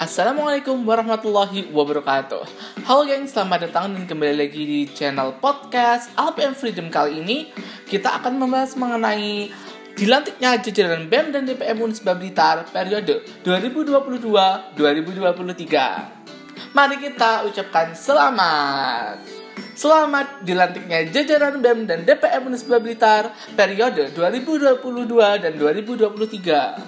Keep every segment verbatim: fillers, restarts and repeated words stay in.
Assalamualaikum warahmatullahi wabarakatuh. Halo geng, selamat datang dan kembali lagi di channel podcast L P M Freedom. Kali ini kita akan membahas mengenai dilantiknya jajaran B E M dan D P M Unisba Blitar periode dua ribu dua puluh dua dua ribu dua puluh tiga. Mari kita ucapkan selamat. Selamat dilantiknya jajaran B E M dan D P M Unisba Blitar periode dua ribu dua puluh dua dan dua ribu dua puluh tiga.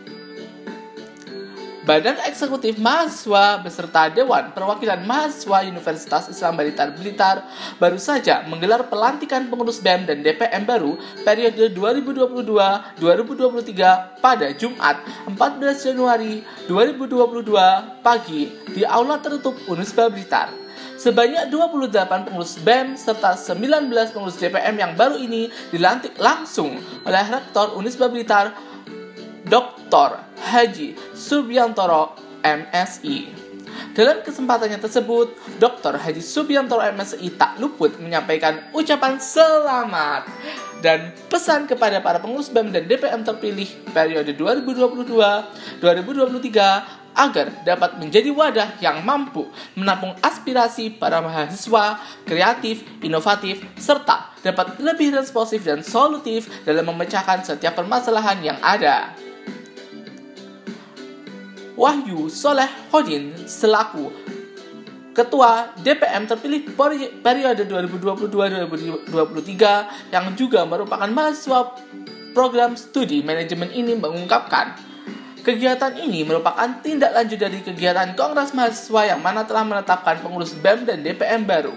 Badan Eksekutif Mahasiswa beserta Dewan Perwakilan Mahasiswa Universitas Islam Blitar Blitar baru saja menggelar pelantikan pengurus B E M dan D P M baru periode dua ribu dua puluh dua dua ribu dua puluh tiga pada Jumat empat belas Januari dua ribu dua puluh dua pagi di Aula Tertutup Unisba Blitar. Sebanyak dua puluh delapan pengurus B E M serta sembilan belas pengurus D P M yang baru ini dilantik langsung oleh Rektor Unisba Blitar Doktor Haji Subiantoro M Si. Dalam kesempatannya tersebut, Doktor Haji Subiantoro M Si tak luput menyampaikan ucapan selamat dan pesan kepada para pengurus B E M dan D P M terpilih periode dua ribu dua puluh dua dua ribu dua puluh tiga agar dapat menjadi wadah yang mampu menampung aspirasi para mahasiswa kreatif, inovatif, serta dapat lebih responsif dan solutif dalam memecahkan setiap permasalahan yang ada. Wahyu Soleh Hodin selaku Ketua D P M terpilih periode dua ribu dua puluh dua dua ribu dua puluh tiga yang juga merupakan mahasiswa program studi manajemen ini mengungkapkan, kegiatan ini merupakan tindak lanjut dari kegiatan Kongres Mahasiswa yang mana telah menetapkan pengurus B E M dan D P M baru.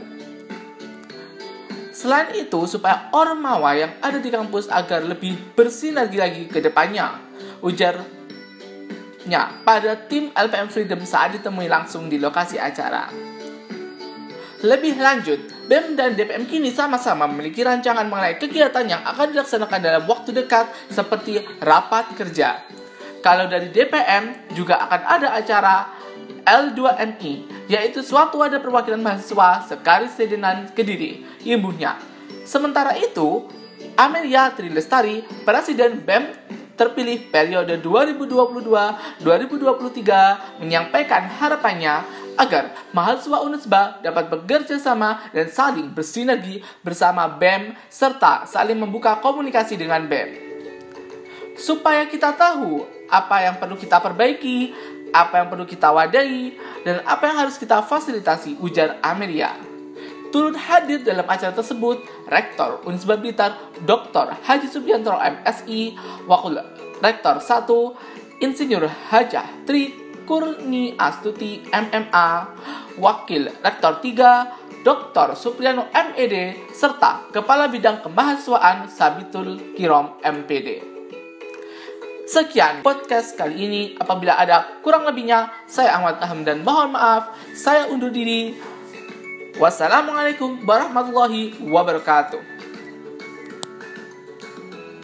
Selain itu, supaya ormawa yang ada di kampus agar lebih bersinergi lagi ke depannya, ujarnya pada tim L P M Freedom saat ditemui langsung di lokasi acara. Lebih lanjut, B E M dan D P M kini sama-sama memiliki rancangan mengenai kegiatan yang akan dilaksanakan dalam waktu dekat seperti rapat kerja. Kalau dari D P M juga akan ada acara L dua M I, yaitu suatu wadah perwakilan mahasiswa Sekari Sedenan Kediri, imbuhnya. Sementara itu, Amelia Trilestari, Presiden B E M terpilih periode dua ribu dua puluh dua dua ribu dua puluh tiga, menyampaikan harapannya agar mahasiswa Unisba dapat bekerja sama dan saling bersinergi bersama B E M serta saling membuka komunikasi dengan B E M. Supaya kita tahu apa yang perlu kita perbaiki, apa yang perlu kita wadahi, dan apa yang harus kita fasilitasi, ujar Amelia. Turut hadir dalam acara tersebut Rektor Unisba Blitar Doktor Haji Subiantoro M Si, Wakil Rektor satu Insinyur Hajah Tri Kurni Astuti M M A, Wakil Rektor tiga Doktor Supriano M Ed, serta Kepala Bidang Kemahasiswaan Sabitul Kirom M Pd. Sekian podcast kali ini. Apabila ada kurang lebihnya, saya Ahmad Hamdan mohon maaf. Saya undur diri. Wassalamualaikum warahmatullahi wabarakatuh.